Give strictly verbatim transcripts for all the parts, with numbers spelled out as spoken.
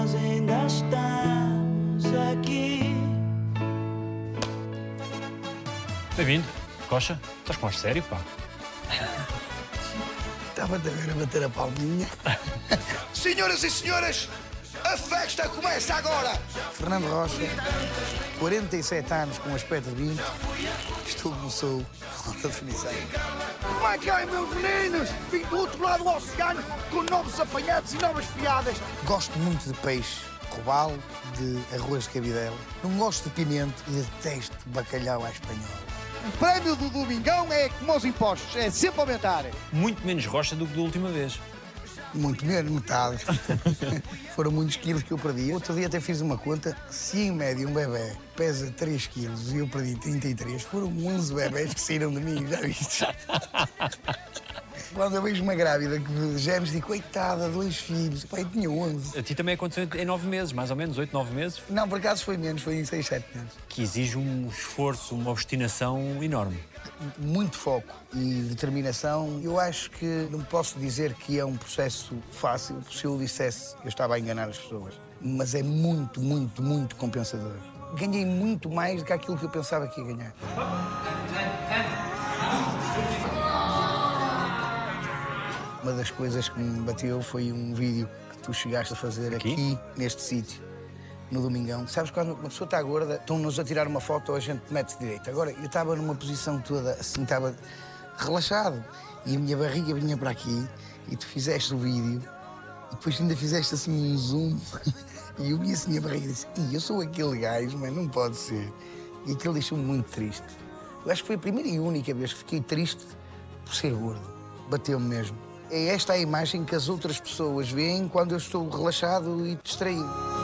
nós ainda estamos aqui. Bem-vindo. Coxa, estás com ar sério, pá? Estava-te a ver a bater a palminha. Senhoras e senhores, a festa começa agora! Fernando Rocha, quarenta e sete anos com aspecto de vinte. Isto começou com alta definição. Como é que é, meus meninos? Vim do outro lado do oceano com novos apanhados e novas piadas. Gosto muito de peixe, robalo, de arroz de cabidela. Não gosto de pimento e detesto bacalhau à espanhola. O prémio do Domingão é como os impostos, é sempre aumentar. Muito menos rocha do que da última vez. Muito menos, metade. Foram muitos quilos que eu perdi. Outro dia até fiz uma conta. Se em média um bebê pesa três quilos e eu perdi trinta e três, foram onze bebés que saíram de mim, já viste? Quando eu vejo uma grávida que de gêmeos, digo, coitada, dois filhos. Pai, tinha onze. A ti também aconteceu em nove meses, mais ou menos, oito, nove meses. Não, por acaso foi menos, foi em seis, sete meses. Que exige um esforço, uma obstinação enorme. Muito foco e determinação. Eu acho que não posso dizer que é um processo fácil. Se eu dissesse, eu estava a enganar as pessoas. Mas é muito, muito, muito compensador. Ganhei muito mais do que aquilo que eu pensava que ia ganhar. Uma das coisas que me bateu foi um vídeo que tu chegaste a fazer aqui, aqui neste sítio, no Domingão. Sabes, quando uma pessoa está gorda, estão-nos a tirar uma foto, a gente mete-se direito. Agora, eu estava numa posição toda assim, estava relaxado. E a minha barriga vinha para aqui, e tu fizeste o vídeo, e depois ainda fizeste assim um zoom. E eu vi assim a barriga e disse, e eu sou aquele gajo, mas não pode ser. E aquilo deixou-me muito triste. Eu acho que foi a primeira e única vez que fiquei triste por ser gordo. Bateu-me mesmo. É esta a imagem que as outras pessoas veem quando eu estou relaxado e distraído.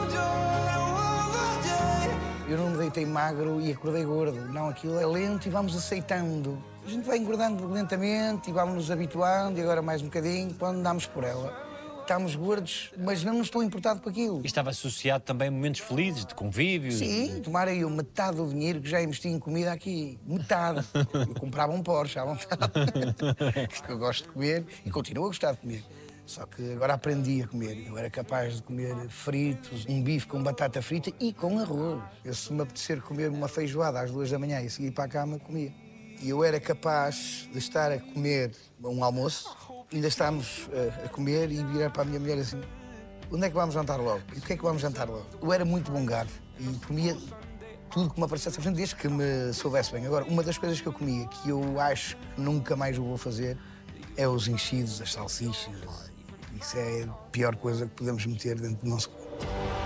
Eu não me deitei magro e acordei gordo. Não, aquilo é lento e vamos aceitando. A gente vai engordando lentamente e vamos nos habituando e agora mais um bocadinho, quando damos por ela. Estamos gordos, mas não nos estou importado com aquilo. E estava associado também a momentos felizes, de convívio. Sim, tomara eu metade do dinheiro que já investi em comida aqui. Metade. Eu comprava um Porsche à vontade. Eu gosto de comer e continuo a gostar de comer. Só que agora aprendi a comer. Eu era capaz de comer fritos, um bife com batata frita e com arroz. Eu, se me apetecer comer uma feijoada às duas da manhã e seguir para a cama, comia. E eu era capaz de estar a comer um almoço, ainda estávamos uh, a comer e virar para a minha mulher assim, onde é que vamos jantar logo? E o que é que vamos jantar logo? Eu era muito bom garfo e comia tudo que me aparecesse à frente, desde que me soubesse bem. Agora, uma das coisas que eu comia, que eu acho que nunca mais o vou fazer, é os enchidos, as salsichas. Isso é a pior coisa que podemos meter dentro do nosso corpo.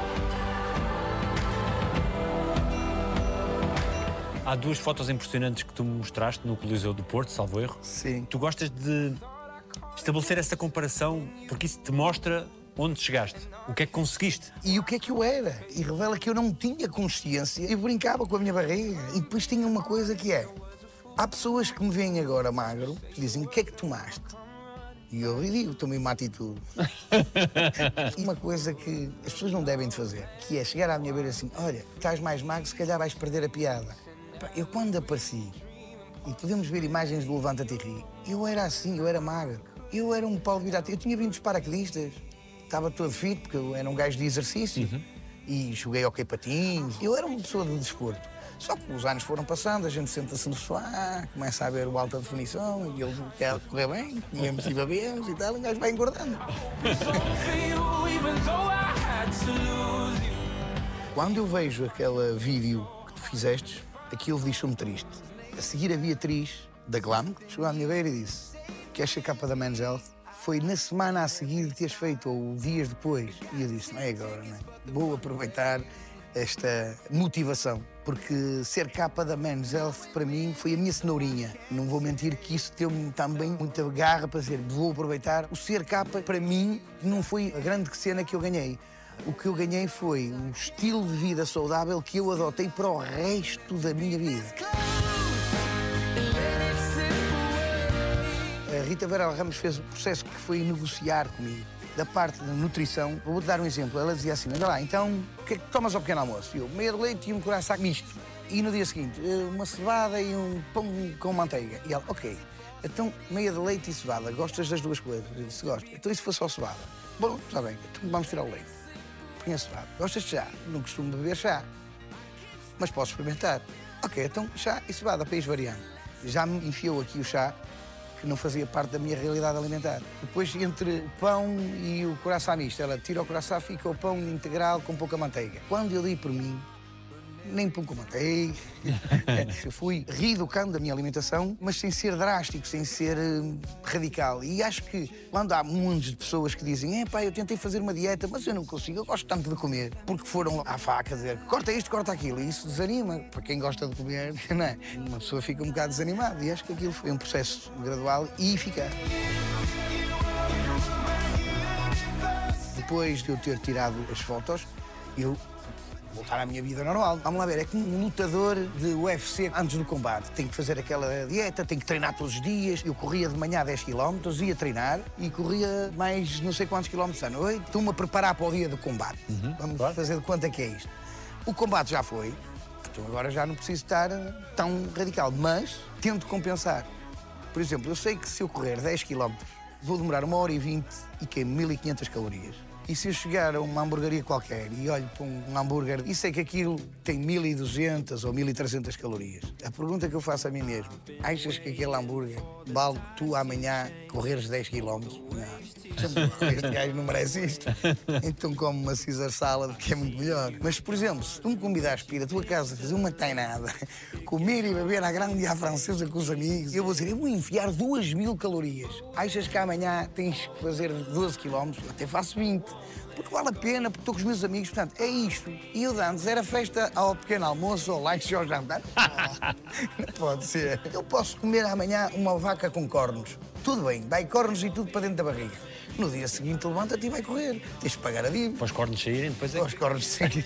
Há duas fotos impressionantes que tu me mostraste no Coliseu do Porto, salvo erro. Sim. Tu gostas de estabelecer essa comparação porque isso te mostra onde chegaste, o que é que conseguiste. E o que é que eu era. E revela que eu não tinha consciência. Eu brincava com a minha barriga. E depois tinha uma coisa que é, há pessoas que me veem agora magro e dizem, o que é que tomaste? E eu digo, tomei uma atitude. Uma coisa que as pessoas não devem de fazer, que é chegar à minha beira assim, olha, estás mais magro, se calhar vais perder a piada. Eu quando apareci, e podemos ver imagens do Levanta-te e Ri, eu era assim, eu era magro. Eu era um Paulo Virata. Eu tinha vindo dos paraquedistas, estava todo fit, porque eu era um gajo de exercício. Uhum. E joguei hockey patins. Eu era uma pessoa de desporto. Só que os anos foram passando, a gente senta-se no sofá, começa a ver o alta definição, e ele quer correr bem, comemos e bebemos e tal, e o gajo vai engordando. Quando eu vejo aquele vídeo que tu fizeste, aquilo deixou-me triste. A seguir a Beatriz, da Glam, chegou à minha beira e disse, queres ser capa da Men's Health? Foi na semana a seguir de teres feito, ou dias depois. E eu disse, não é agora, não é? Vou aproveitar esta motivação, porque ser capa da Men's Health, para mim, foi a minha cenourinha. Não vou mentir que isso deu-me também muita garra para dizer, vou aproveitar. O ser capa, para mim, não foi a grande cena que eu ganhei. O que eu ganhei foi um estilo de vida saudável que eu adotei para o resto da minha vida. A Rita Vera Ramos fez o processo que foi negociar comigo, da parte da nutrição. Vou-te dar um exemplo. Ela dizia assim, olha lá, então, o que é que tomas ao pequeno almoço? Eu, meia de leite e um coração misto. E no dia seguinte, uma cevada e um pão com manteiga. E ela, ok, então, meia de leite e cevada, gostas das duas coisas? Eu disse, gosto. Então, e se for só cevada? Bom, está bem, então vamos tirar o leite. punha cevada. Gostas de chá? Não costumo beber chá, mas posso experimentar. Ok, então chá e cevada, para ir variando. Já me enfiou aqui o chá, que não fazia parte da minha realidade alimentar. Depois, entre o pão e o coração misto, ela tira o coração, fica o pão integral com pouca manteiga. Quando eu dei por mim, nem pouco manteiga. Eu fui reeducando a minha alimentação, mas sem ser drástico, sem ser uh, radical. E acho que quando há muitas de pessoas que dizem: é pá, eu tentei fazer uma dieta, mas eu não consigo, eu gosto tanto de comer, porque foram à faca dizer corta isto, corta aquilo, e isso desanima. Para quem gosta de comer, não é? Uma pessoa fica um bocado desanimada. E acho que aquilo foi um processo gradual e eficaz. Depois de eu ter tirado as fotos, eu voltar à minha vida normal. Vamos lá ver, é como um lutador de U F C antes do combate. Tem que fazer aquela dieta, tem que treinar todos os dias. Eu corria de manhã dez quilómetros, ia treinar e corria mais não sei quantos quilómetros à noite. Estou-me a preparar para o dia do combate. Uhum, Vamos claro. fazer de quanto é que é isto. O combate já foi, então agora já não preciso estar tão radical, mas tento compensar. Por exemplo, eu sei que se eu correr dez quilómetros, vou demorar uma hora e vinte e queimo mil e quinhentas calorias. E se eu chegar a uma hamburgueria qualquer e olho para um hambúrguer e sei que aquilo tem mil e duzentas ou mil e trezentas calorias, a pergunta que eu faço a mim mesmo: achas que aquele hambúrguer vale tu amanhã correres dez quilómetros? Não. Este gajo não merece isto. Então come uma Caesar salad, que é muito melhor. Mas, por exemplo, se tu me convidares para ir à tua casa fazer uma tainada, comer e beber à grande à francesa com os amigos, eu vou dizer: eu vou enfiar duas mil calorias. Achas que amanhã tens que fazer doze quilómetros? Eu até faço vinte. Porque vale a pena, porque estou com os meus amigos, portanto, é isto. E eu de antes era festa ao pequeno almoço, ao lanche e ao jantar. Não pode ser. Eu posso comer amanhã uma vaca com cornos. Tudo bem, vai cornos e tudo para dentro da barriga. No dia seguinte levanta-te e vai correr. Tens de pagar a dívida. Para os cornos saírem, depois é. Para os cornos saírem.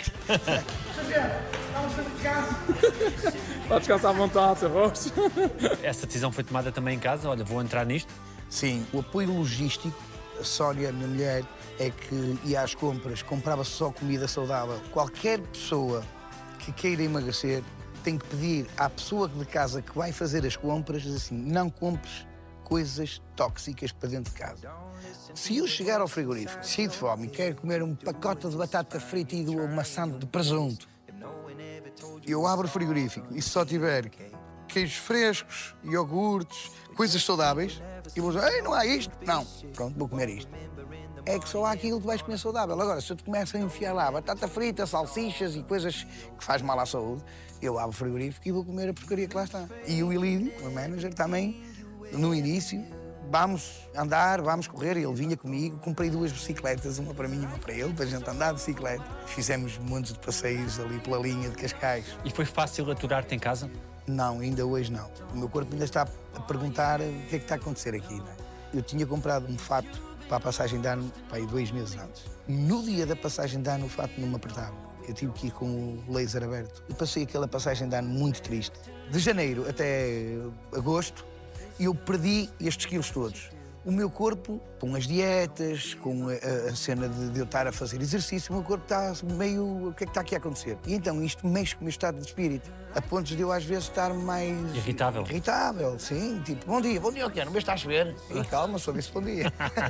Pode descansar à vontade, seu rosto. Essa decisão foi tomada também em casa? Olha, vou entrar nisto? Sim, o apoio logístico. A Sónia, a minha mulher, é que ia às compras, comprava só comida saudável. Qualquer pessoa que queira emagrecer tem que pedir à pessoa de casa que vai fazer as compras assim: não compres coisas tóxicas para dentro de casa. Se eu chegar ao frigorífico cheio de fome e quero comer um pacote de batata frita e de uma maçã de presunto, eu abro o frigorífico e se só tiver queijos frescos, iogurtes, coisas saudáveis, e vou dizer: ei, não há isto? Não, pronto, vou comer isto. É que só há aquilo que vais comer saudável. Agora, se eu te começo a enfiar lá batata frita, salsichas e coisas que faz mal à saúde, eu abro o frigorífico e vou comer a porcaria que lá está. E o Ilídio, o manager, também, no início, vamos andar, vamos correr, ele vinha comigo, comprei duas bicicletas, uma para mim e uma para ele, para a gente andar de bicicleta. Fizemos montes de passeios ali pela linha de Cascais. E foi fácil aturar-te em casa? Não, ainda hoje não. O meu corpo ainda está a perguntar o que é que está a acontecer aqui. Não é? Eu tinha comprado um fato para a passagem de ano, para aí dois meses antes. No dia da passagem de ano, o fato não me apertava. Eu tive que ir com o laser aberto. Eu passei aquela passagem de ano muito triste. De janeiro até agosto, eu perdi estes quilos todos. O meu corpo, com as dietas, com a, a cena de, de eu estar a fazer exercício, o meu corpo está meio... O que é que está aqui a acontecer? E então isto mexe com o meu estado de espírito, a pontos de eu às vezes estar mais... Irritável. Irritável, sim. Tipo, bom dia, bom dia, o quê? Não me está a chover? E calma, só disse bom dia.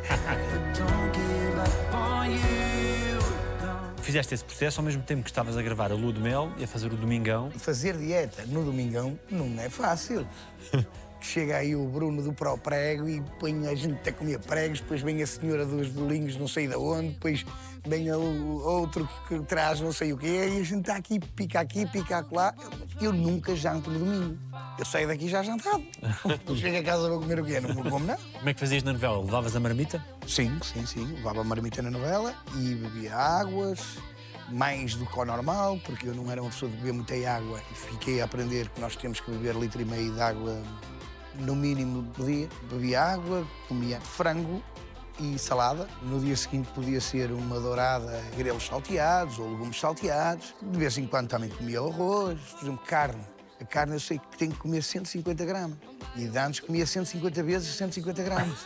Fizeste esse processo ao mesmo tempo que estavas a gravar a Lua de Mel e a fazer o Domingão. Fazer dieta no Domingão não é fácil. Chega aí o Bruno do Pro Prego e põe a gente a comer pregos, depois vem a senhora dos bolinhos não sei de onde, depois vem o outro que traz não sei o quê, e a gente está aqui, pica aqui, pica acolá. Eu nunca janto no domingo. Eu saio daqui já jantado. Chego a casa, vou comer o quê? Não vou comer nada. Como é que fazias na novela? Levavas a marmita? Sim, sim, sim. Levava a marmita na novela e bebia águas, mais do que ao normal, porque eu não era uma pessoa de beber muita água e fiquei a aprender que nós temos que beber litro e meio de água no mínimo por dia. Bebia água, comia frango e salada. No dia seguinte podia ser uma dourada, grelos salteados ou legumes salteados. De vez em quando também comia arroz, por exemplo, carne. A carne eu sei que tenho que comer cento e cinquenta gramas. E de antes comia cento e cinquenta vezes cento e cinquenta gramas.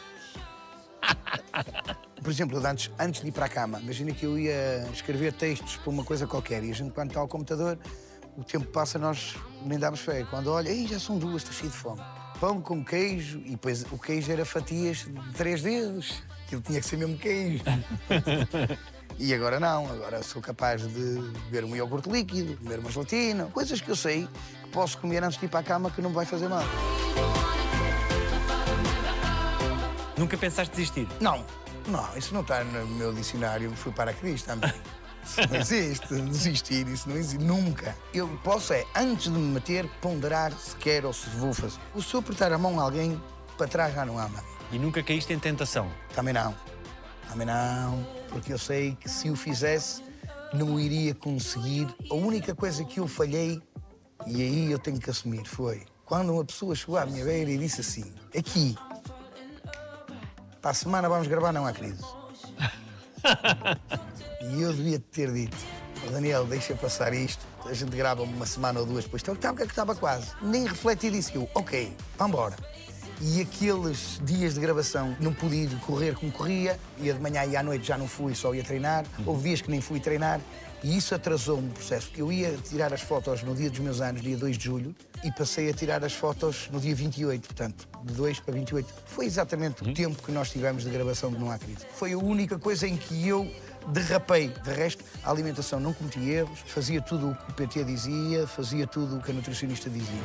Por exemplo, antes, antes de ir para a cama, imagina que eu ia escrever textos para uma coisa qualquer e a gente, quando está ao computador, o tempo passa, nós nem damos fé. Quando olha, ei, já são duas, estou cheio de fome. Pão com queijo, e depois o queijo era fatias de três dedos. Aquilo tinha que ser mesmo queijo. E agora não, agora sou capaz de beber um iogurte líquido, beber uma gelatina, coisas que eu sei que posso comer antes de ir para a cama que não me vai fazer mal. Nunca pensaste desistir? Não, não, isso não está no meu dicionário, fui paraquedista também. Isso não existe, desistir, isso não existe, nunca. Eu posso é, antes de me meter, ponderar se quero ou se vou fazer. Se eu apertar a mão a alguém, para trás já não há mais. E nunca caíste em tentação? Também não, também não, porque eu sei que se o fizesse, não o iria conseguir. A única coisa que eu falhei, e aí eu tenho que assumir, foi quando uma pessoa chegou à minha beira e disse assim, aqui, para a semana vamos gravar Não Há Crise. E eu devia ter dito, oh, Daniel, deixa passar isto, a gente grava uma semana ou duas depois. Então, o que é que estava quase? Nem refleti disso. Eu, ok, vamos embora. E aqueles dias de gravação não pude ir correr como corria, ia de manhã e à noite já não fui, só ia treinar. Houve dias que nem fui treinar e isso atrasou-me o processo, porque eu ia tirar as fotos no dia dos meus anos, dia dois de julho, e passei a tirar as fotos no dia vinte e oito, portanto, de dois para vinte e oito. Foi exatamente o tempo que nós tivemos de gravação de Não Há Crise. Foi a única coisa em que eu derrapei. De resto, a alimentação não cometi erros, fazia tudo o que o P T dizia, fazia tudo o que a nutricionista dizia.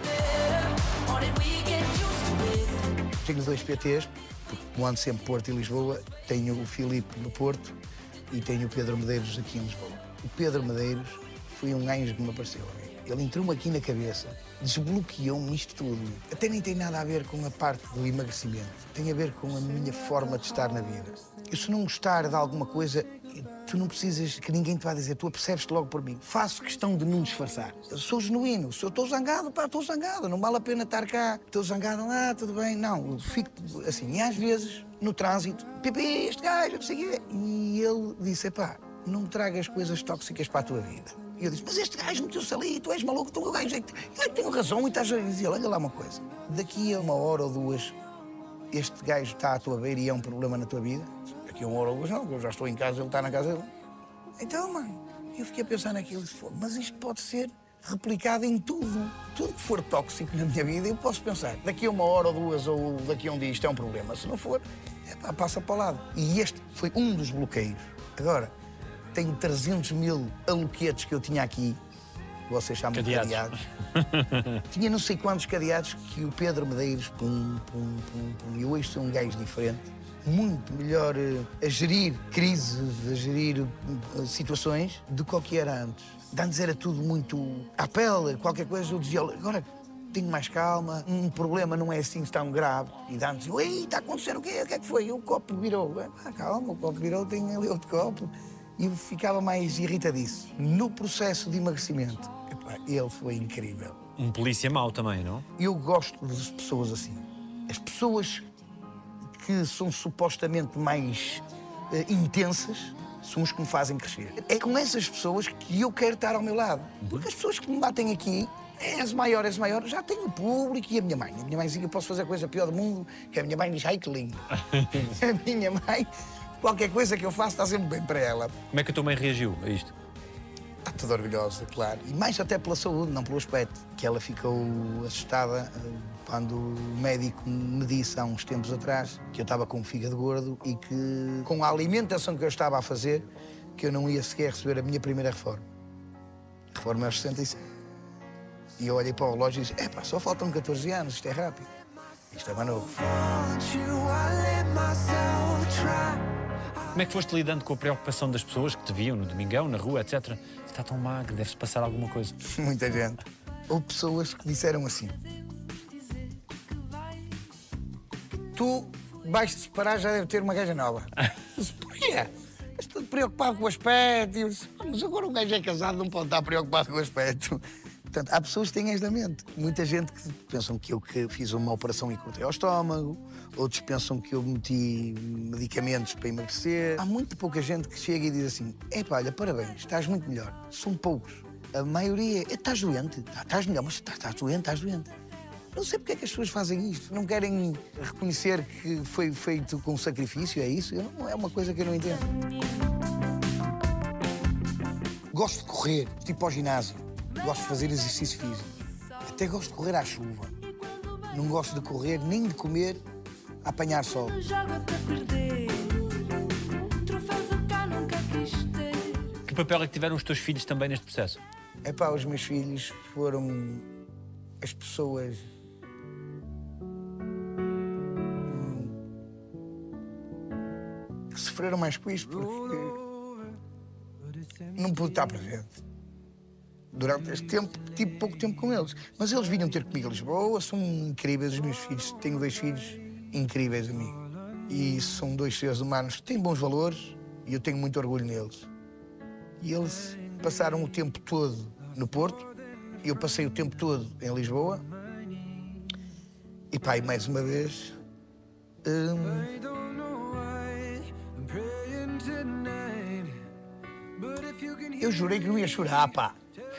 Tenho dois P Ts, porque ando sempre Porto e Lisboa. Tenho o Filipe no Porto e tenho o Pedro Medeiros aqui em Lisboa. O Pedro Medeiros foi um anjo que me apareceu. Ele entrou-me aqui na cabeça, desbloqueou-me isto tudo. Até nem tem nada a ver com a parte do emagrecimento. Tem a ver com a minha forma de estar na vida. Eu, se não gostar de alguma coisa, tu não precisas que ninguém te vá dizer, tu apercebes-te logo por mim. Faço questão de não disfarçar. Eu sou genuíno. Se eu estou zangado, pá, estou zangado. Não vale a pena estar cá. Estou zangado, lá, tudo bem. Não, eu fico assim. E às vezes, no trânsito, Pipi, este gajo, não sei o quê. E ele disse, pá, não me tragas coisas tóxicas para a tua vida. E eu disse, mas este gajo meteu-se ali, tu és maluco, tu o gajo é que eu tenho razão e estás a dizer, olha lá uma coisa. Daqui a uma hora ou duas, este gajo está à tua beira e é um problema na tua vida. Daqui a uma hora ou duas não, porque eu já estou em casa, ele está na casa dele. Então, mano, eu fiquei a pensar naquilo e disse, mas isto pode ser replicado em tudo. Tudo que for tóxico na minha vida, eu posso pensar, daqui a uma hora ou duas ou daqui a um dia isto é um problema. Se não for, é pá, passa para o lado. E este foi um dos bloqueios. Agora, tenho trezentos mil aloquetes que eu tinha aqui, vocês chamam de cadeados. Tinha não sei quantos cadeados que o Pedro Medeiros, pum, pum, pum, pum, e hoje sou um gajo diferente, muito melhor uh, a gerir crises, a gerir uh, situações do que o que era antes. Antes era tudo muito à pele, qualquer coisa eu dizia, agora tenho mais calma, um problema não é assim tão grave. E de antes, ei, está a acontecer o quê? O que é que foi? O copo virou. Ah, calma, o copo virou, tem ali outro copo. E eu ficava mais irritadíssimo. No processo de emagrecimento, epá, ele foi incrível. Um polícia mau também, não? Eu gosto de pessoas assim. As pessoas que são supostamente mais uh, intensas são os que me fazem crescer. É com essas pessoas que eu quero estar ao meu lado. Porque as pessoas que me batem aqui, és maior, és maior, já tenho o público e a minha mãe. A minha mãe diz que eu posso fazer a coisa pior do mundo, que a minha mãe diz, ai que lindo. A minha mãe... Qualquer coisa que eu faço está sempre bem para ela. Como é que a tua mãe reagiu a isto? Está toda orgulhosa, claro. E mais até pela saúde, não pelo aspecto. Que ela ficou assustada quando o médico me disse há uns tempos atrás que eu estava com o fígado gordo e que, com a alimentação que eu estava a fazer, que eu não ia sequer receber a minha primeira reforma. A reforma é aos sessenta e sete. E eu olhei para o relógio e disse, é pá, só faltam catorze anos, isto é rápido. Isto é mais novo. Como é que foste lidando com a preocupação das pessoas que te viam no Domingão, na rua, etcétera? Está tão magro, deve-se passar alguma coisa. Muita gente. Houve pessoas que disseram assim, tu vais-te separar, já deve ter uma gaja nova. Porquê? Estou preocupado com o aspecto. Eu disse, mas agora um gajo é casado, não pode estar preocupado com o aspecto. Portanto, há pessoas que têm esta mente. Muita gente que pensam que eu que fiz uma operação e cortei ao estômago, outros pensam que eu meti medicamentos para emagrecer. Há muito pouca gente que chega e diz assim, epá, olha, parabéns, estás muito melhor. São poucos. A maioria é, estás doente, estás melhor, mas estás, estás doente, estás doente. Não sei porque é que as pessoas fazem isto. Não querem reconhecer que foi feito com sacrifício, é isso? Eu não, é uma coisa que eu não entendo. Gosto de correr, tipo ao ginásio. Gosto de fazer exercício físico. Até gosto de correr à chuva. Não gosto de correr nem de comer a apanhar sol. Joga para perder, troféus eu cá nunca quis ter. Que papel é que tiveram os teus filhos também neste processo? Epá, os meus filhos foram as pessoas hum, que sofreram mais com isto, porque não pude estar presente. Durante este tempo, tive pouco tempo com eles. Mas eles vinham ter comigo a Lisboa, são incríveis os meus filhos. Tenho dois filhos incríveis a mim. E são dois seres humanos que têm bons valores e eu tenho muito orgulho neles. E eles passaram o tempo todo no Porto, e eu passei o tempo todo em Lisboa. E pá, e mais uma vez... Hum, eu jurei que não ia chorar, pá.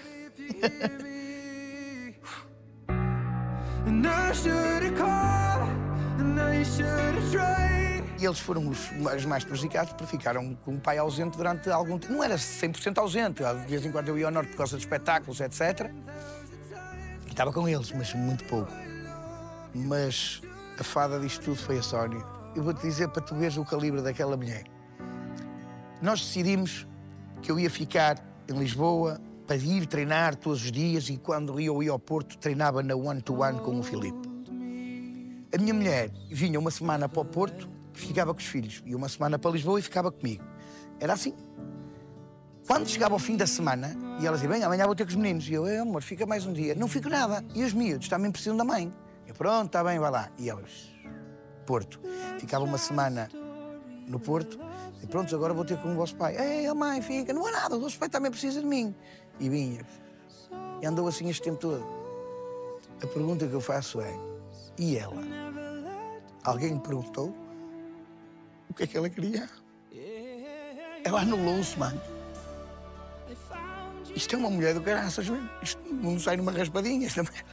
E eles foram os mais, mais prejudicados porque ficaram com o pai ausente durante algum tempo. Não era cem por cento ausente, de vez em quando eu ia ao norte por causa de espetáculos, etcétera. E estava com eles, mas muito pouco. Mas a fada disto tudo foi a Sónia. Eu vou-te dizer para tu veres o calibre daquela mulher. Nós decidimos que eu ia ficar em Lisboa para ir treinar todos os dias e quando eu ia ao Porto treinava na one-to-one com o Filipe. A minha mulher vinha uma semana para o Porto e ficava com os filhos, e uma semana para Lisboa e ficava comigo. Era assim. Quando chegava ao fim da semana, e ela dizia, bem, amanhã vou ter com os meninos. E eu, é, amor, fica mais um dia. Não fico nada. E os miúdos também precisam da mãe. Eu, pronto, está bem, vai lá. E elas, Porto. Ficava uma semana no Porto. E pronto, agora vou ter com o vosso pai. Ei, mãe, fica. Não há nada, o vosso pai também precisa de mim. E vinha. E andou assim este tempo todo. A pergunta que eu faço é, e ela? Alguém me perguntou o que é que ela queria? Ela anulou-se, mano. Isto é uma mulher do caraças, mano. Isto não sai numa raspadinha, esta mulher.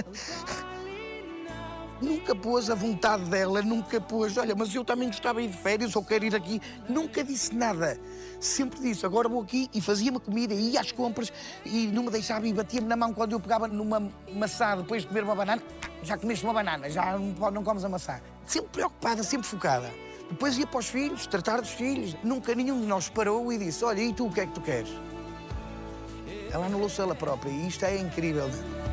Nunca pôs a vontade dela, nunca pôs, olha, mas eu também gostava de ir de férias ou quero ir aqui. Nunca disse nada. Sempre disse, agora vou aqui e fazia-me comida, e ia às compras e não me deixava e batia-me na mão quando eu pegava numa maçã depois de comer uma banana. Já comeste uma banana, já não, não comes a maçã. Sempre preocupada, sempre focada. Depois ia para os filhos, tratar dos filhos. Nunca nenhum de nós parou e disse, olha, e tu o que é que tu queres? Ela anulou-se ela própria e isto é incrível.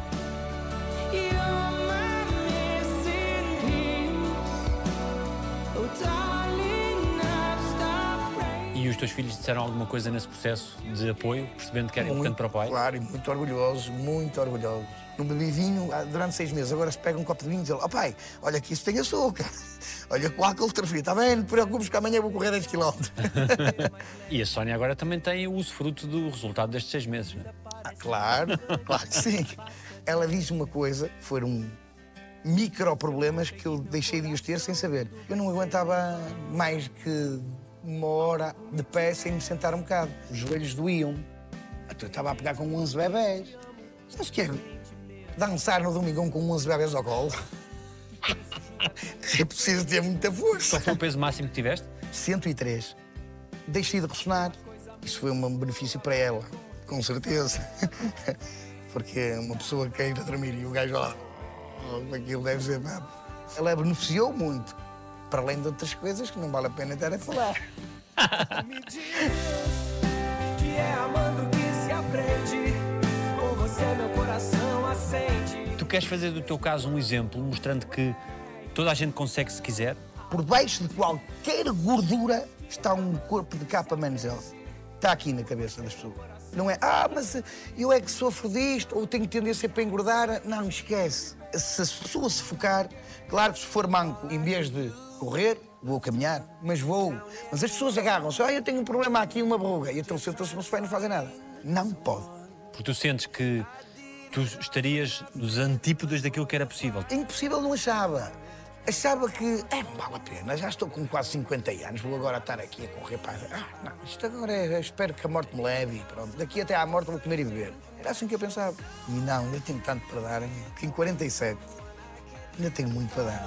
E os teus filhos disseram alguma coisa nesse processo de apoio, percebendo que era Muito, importante para o pai? Claro, e muito orgulhoso, muito orgulhoso. Não bebi vinho durante seis meses, agora se pega um copo de vinho e diz, ó pai, olha que isso tem açúcar, olha que o álcool terfia, está bem, não te preocupes que amanhã vou correr dez quilómetros. E a Sónia agora também tem o usufruto do resultado destes seis meses, não é? Ah, claro, claro que sim. Ela diz uma coisa, foram micro-problemas que eu deixei de os ter sem saber. Eu não aguentava mais que uma hora de pé sem me sentar um bocado. Os joelhos doíam. Eu estava a pegar com onze bebés. Mas que é? Dançar no domingão com onze bebés ao colo? É preciso ter muita força. Qual foi o peso máximo que tiveste? cento e três. Deixei de ressonar. Isso foi um benefício para ela, com certeza. Porque uma pessoa quer ir a dormir e o gajo lá, oh, aquilo deve ser mesmo. Ela beneficiou muito, para além de outras coisas que não vale a pena estar a falar. Que é amando que se aprende, com você meu coração acende. Tu queres fazer do teu caso um exemplo, mostrando que toda a gente consegue se quiser? Por baixo de qualquer gordura está um corpo de capa menos Elsa. Está aqui na cabeça das pessoas. Não é, ah, mas eu é que sofro disto, ou tenho tendência para engordar. Não, esquece. Se a pessoa se focar, claro que se for manco, em vez de correr, vou caminhar, mas vou. Mas as pessoas agarram-se, ah, eu tenho um problema aqui, uma verruga, e então se eu estou no sofá e não fazem nada. Não pode. Porque tu sentes que tu estarias nos antípodas daquilo que era possível. Impossível não achava. Achava que, é, não vale a pena, já estou com quase cinquenta anos, vou agora estar aqui a correr para... Ah, não, isto agora é, espero que a morte me leve e pronto, daqui até à morte vou comer e beber. Era assim que eu pensava. E não, eu tenho tanto para dar, tenho quarenta e sete, ainda tenho muito para dar.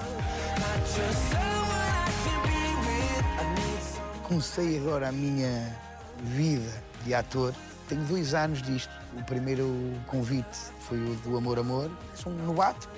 Comecei agora a minha vida de ator, tenho dois anos disto. O primeiro convite foi o do Amor Amor, sou um novato.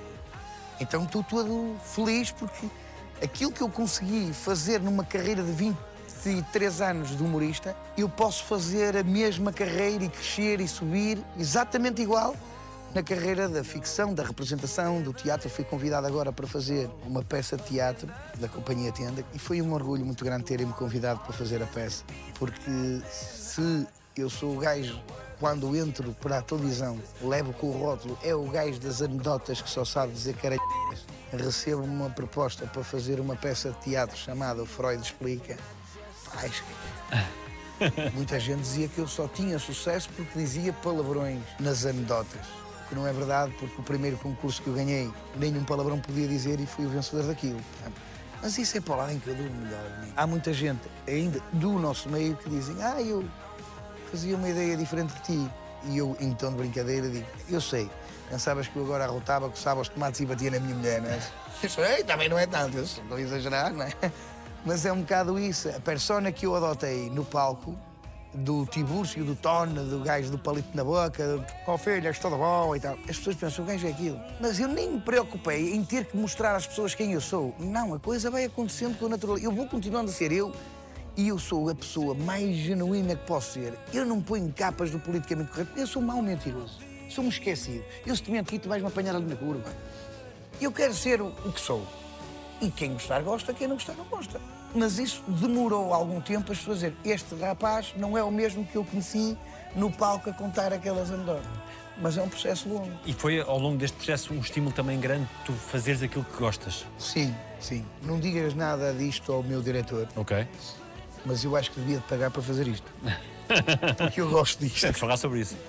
Então estou todo feliz porque aquilo que eu consegui fazer numa carreira de vinte vinte e três anos de humorista, eu posso fazer a mesma carreira e crescer e subir exatamente igual na carreira da ficção, da representação, do teatro. Eu fui convidado agora para fazer uma peça de teatro da Companhia Tenda e foi um orgulho muito grande terem-me convidado para fazer a peça, porque se eu sou o gajo, quando entro para a televisão, levo com o rótulo, é o gajo das anedotas que só sabe dizer caralhas, recebo uma proposta para fazer uma peça de teatro chamada O Freud Explica. Ai, muita gente dizia que eu só tinha sucesso porque dizia palavrões nas anedotas. Que não é verdade, porque o primeiro concurso que eu ganhei, nenhum palavrão podia dizer e fui o vencedor daquilo. Mas isso é para lá em que eu durmo melhor. Amigo. Há muita gente, ainda do nosso meio, que dizem: ah, eu fazia uma ideia diferente de ti. E eu, em tom de brincadeira, digo: eu sei, pensavas que eu agora arrotava, coçava os tomates e batia na minha mulher, não é? Eu sei, também não é tanto, eu estou a exagerar, não é? Mas é um bocado isso. A persona que eu adotei no palco, do Tibúrcio, do Tone, do gajo do palito na boca, ó oh, filho, és todo bom e tal. As pessoas pensam, o gajo é aquilo. Mas eu nem me preocupei em ter que mostrar às pessoas quem eu sou. Não, a coisa vai acontecendo com a naturalidade. Eu vou continuando a ser eu e eu sou a pessoa mais genuína que posso ser. Eu não ponho capas do politicamente correto. Eu sou mau mentiroso. Sou um esquecido. Eu se te mentir, tu vais-me apanhar ali na curva. Eu quero ser o que sou. E quem gostar, gosta. Quem não gostar, não gosta. Mas isso demorou algum tempo as pessoas dizerem: este rapaz não é o mesmo que eu conheci no palco a contar aquelas anedotas. Mas é um processo longo. E foi ao longo deste processo um estímulo também grande tu fazeres aquilo que gostas? Sim, sim. Não digas nada disto ao meu diretor. Ok. Mas eu acho que devia de pagar para fazer isto. Porque eu gosto disto. Vamos falar sobre isso.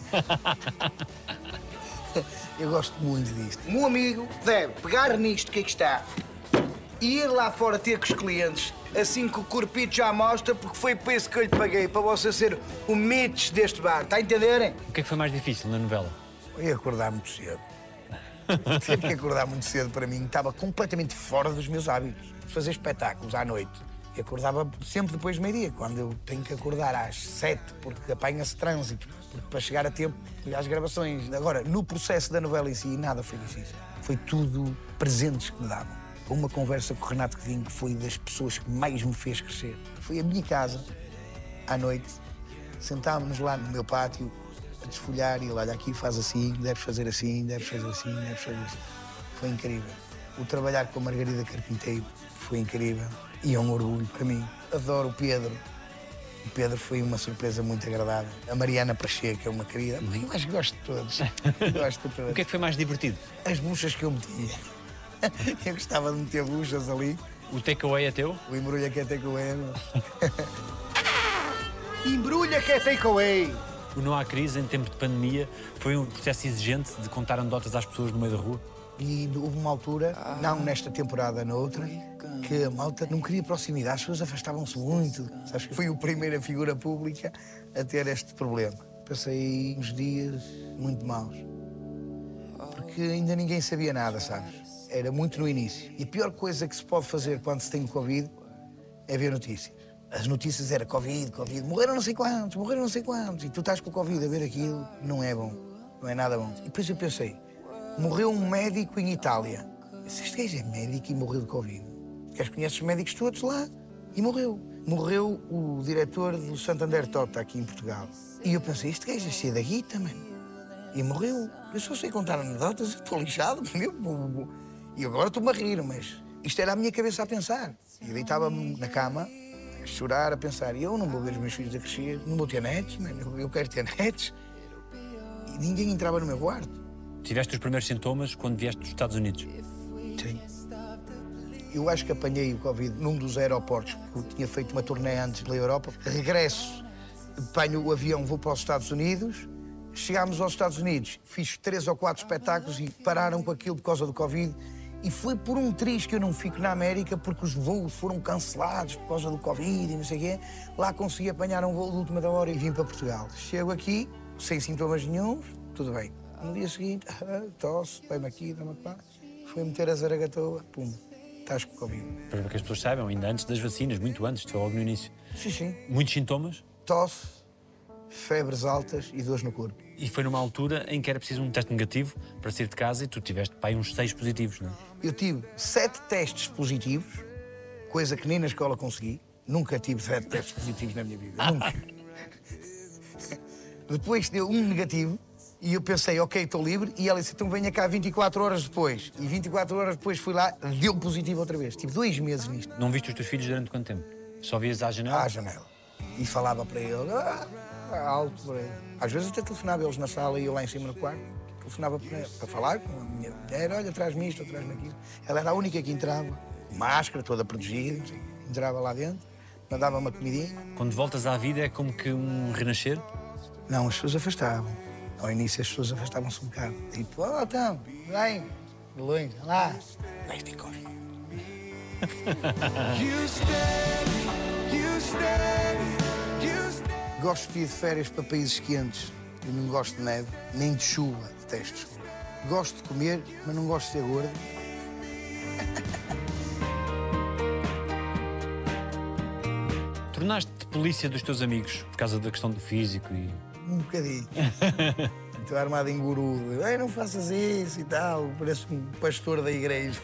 Eu gosto muito disto. O meu amigo deve pegar nisto que aqui está e ir lá fora ter com os clientes, assim que o corpito já mostra, porque foi por isso que eu lhe paguei, para você ser o Mitch deste bar, está a entenderem? O que é que foi mais difícil na novela? Eu ia acordar muito cedo. Tive que acordar muito cedo para mim, estava completamente fora dos meus hábitos. Fazer espetáculos à noite. E acordava sempre depois de meio-dia, quando eu tenho que acordar às sete, porque apanha-se trânsito, porque para chegar a tempo às gravações. Agora, no processo da novela em si, nada foi difícil. Foi tudo presentes que me davam. Uma conversa com o Renato Godinho, que foi das pessoas que mais me fez crescer. Foi a minha casa, à noite, sentámos-nos lá no meu pátio a desfolhar e ele: olha, aqui faz assim, deves fazer assim, deves fazer assim, deves fazer assim. Foi incrível. O trabalhar com a Margarida Carpinteiro foi incrível e é um orgulho para mim. Adoro o Pedro. O Pedro foi uma surpresa muito agradável. A Mariana Pacheco, que é uma querida. Eu acho que gosto de todos. Gosto de todos. O que é que foi mais divertido? As buchas que eu metia. Eu gostava de meter buchas ali. O takeaway é teu? O embrulha que é takeaway. Embrulha que é takeaway. O Não Há Crise, em tempo de pandemia, foi um processo exigente de contar anedotas às pessoas no meio da rua? E houve uma altura, não nesta temporada, na outra, que a malta não queria proximidade, as pessoas afastavam-se muito. Sabes que fui a primeira figura pública a ter este problema. Passei uns dias muito maus, porque ainda ninguém sabia nada, sabes? Era muito no início. E a pior coisa que se pode fazer quando se tem Covid é ver notícias. As notícias eram Covid, Covid, morreram não sei quantos, morreram não sei quantos. E tu estás com o Covid a ver aquilo, não é bom, não é nada bom. E depois eu pensei, morreu um médico em Itália. Se este gajo é médico e morreu de Covid. Queres conheces os médicos todos lá? E morreu. Morreu o diretor do Santander Tota aqui em Portugal. E eu pensei, este gajo é cheio da guita, mano. E morreu. Eu só sei contar anedotas, estou lixado. Meu. E agora estou-me a rir, mas isto era a minha cabeça a pensar. E deitava-me na cama, a chorar, a pensar, eu não vou ver os meus filhos a crescer, não vou ter netos, mano. Eu quero ter netos. E ninguém entrava no meu quarto. Tiveste os primeiros sintomas quando vieste dos Estados Unidos? Sim. Eu acho que apanhei o Covid num dos aeroportos, porque eu tinha feito uma turnê antes pela Europa. Regresso, apanho o avião, vou para os Estados Unidos. Chegámos aos Estados Unidos, fiz três ou quatro espetáculos e pararam com aquilo por causa do Covid. E foi por um triz que eu não fico na América, porque os voos foram cancelados por causa do Covid e não sei o quê. Lá consegui apanhar um voo de última da hora e vim para Portugal. Chego aqui, sem sintomas nenhums, tudo bem. No dia seguinte, ah, tosse, vai-me aqui, dá-me pá. Foi meter a zaragatoa, pum, estás com Covid. Para que as pessoas saibam, ainda antes das vacinas, muito antes, foi logo no início. Sim, sim. Muitos sintomas? Tosse, febres altas e dores no corpo. E foi numa altura em que era preciso um teste negativo para sair de casa e tu tiveste, pá, uns seis positivos, não é? Eu tive sete testes positivos, coisa que nem na escola consegui. Nunca tive sete testes positivos na minha vida, nunca. Depois deu um negativo e eu pensei, ok, estou livre. E ela disse, então venha cá vinte e quatro horas depois. E vinte e quatro horas depois fui lá, deu positivo outra vez. Tive dois meses nisto. Não viste os teus filhos durante quanto tempo? Só vias à janela? À janela. E falava para ele, ah, alto para ele. Às vezes até telefonava eles na sala e eu lá em cima no quarto. Telefonava para, para falar com a minha mulher, olha, traz-me isto, traz-me aquilo. Ela era a única que entrava, máscara, toda protegida, entrava lá dentro, mandava uma comidinha. Quando voltas à vida é como que um renascer? Não, as pessoas afastavam. Ao início as pessoas afastavam-se um bocado. Tipo, oh, então, vem, de longe, lá. Vem, tem corre. Gosto de ir de férias para países quentes. Eu não gosto de neve, nem de chuva, detesto chuva. Gosto de comer, mas não gosto de ser gordo. Tornaste-te polícia dos teus amigos por causa da questão do físico e... Um bocadinho. Estou armado em guru. Ei, não faças isso e tal. Parece um pastor da igreja.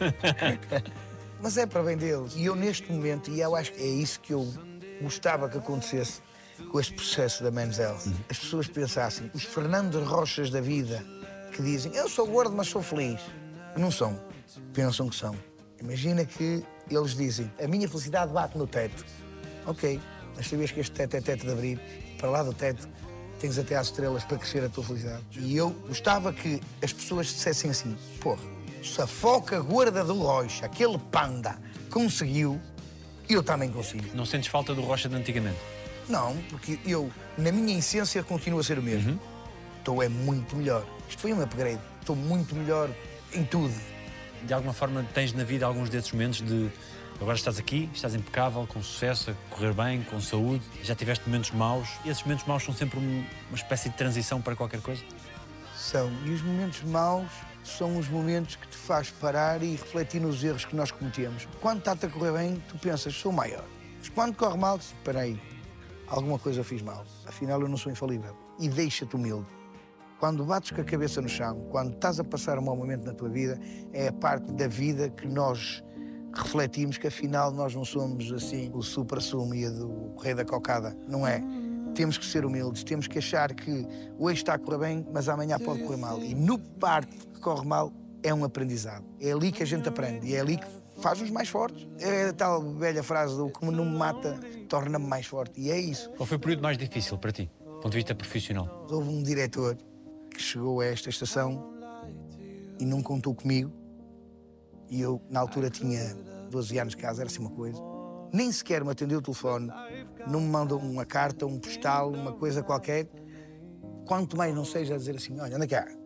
Mas é para bem deles. E eu, neste momento, e eu acho que é isso que eu gostava que acontecesse com este processo da Men's Health. As pessoas pensassem, os Fernando Rochas da vida, que dizem, eu sou gordo, mas sou feliz. Não são. Pensam que são. Imagina que eles dizem, a minha felicidade bate no teto. Ok, mas sabias que este teto é teto de abrir? Para lá do teto tens até às estrelas para crescer a tua felicidade. E eu gostava que as pessoas dissessem assim, porra, se a foca gorda do Rocha, aquele panda, conseguiu, eu também consigo. Não sentes falta do Rocha de antigamente? Não, porque eu, na minha essência, continuo a ser o mesmo. Uhum. Estou é muito melhor. Isto foi um upgrade. Estou muito melhor em tudo. De alguma forma tens na vida alguns desses momentos de... Agora estás aqui, estás impecável, com sucesso, a correr bem, com saúde. Já tiveste momentos maus. E esses momentos maus são sempre um, uma espécie de transição para qualquer coisa? São. E os momentos maus são os momentos que te faz parar e refletir nos erros que nós cometemos. Quando está-te a correr bem, tu pensas, sou maior. Mas quando corre mal, espera aí, alguma coisa eu fiz mal. Afinal, eu não sou infalível. E deixa-te humilde. Quando bates com a cabeça no chão, quando estás a passar um mau momento na tua vida, é a parte da vida que nós refletimos que afinal nós não somos assim o supra-sumo e o rei da cocada, não é? Temos que ser humildes, temos que achar que hoje está a correr bem, mas amanhã pode correr mal. E no parte que corre mal é um aprendizado. É ali que a gente aprende e é ali que faz-nos mais fortes. É a tal velha frase do como não me mata, torna-me mais forte. E é isso. Qual foi o período mais difícil para ti, do ponto de vista profissional? Houve um diretor que chegou a esta estação e não contou comigo. E eu, na altura, tinha doze anos de casa, era assim uma coisa. Nem sequer me atendeu o telefone, não me mandou uma carta, um postal, uma coisa qualquer. Quanto mais não seja a dizer assim, olha, anda cá.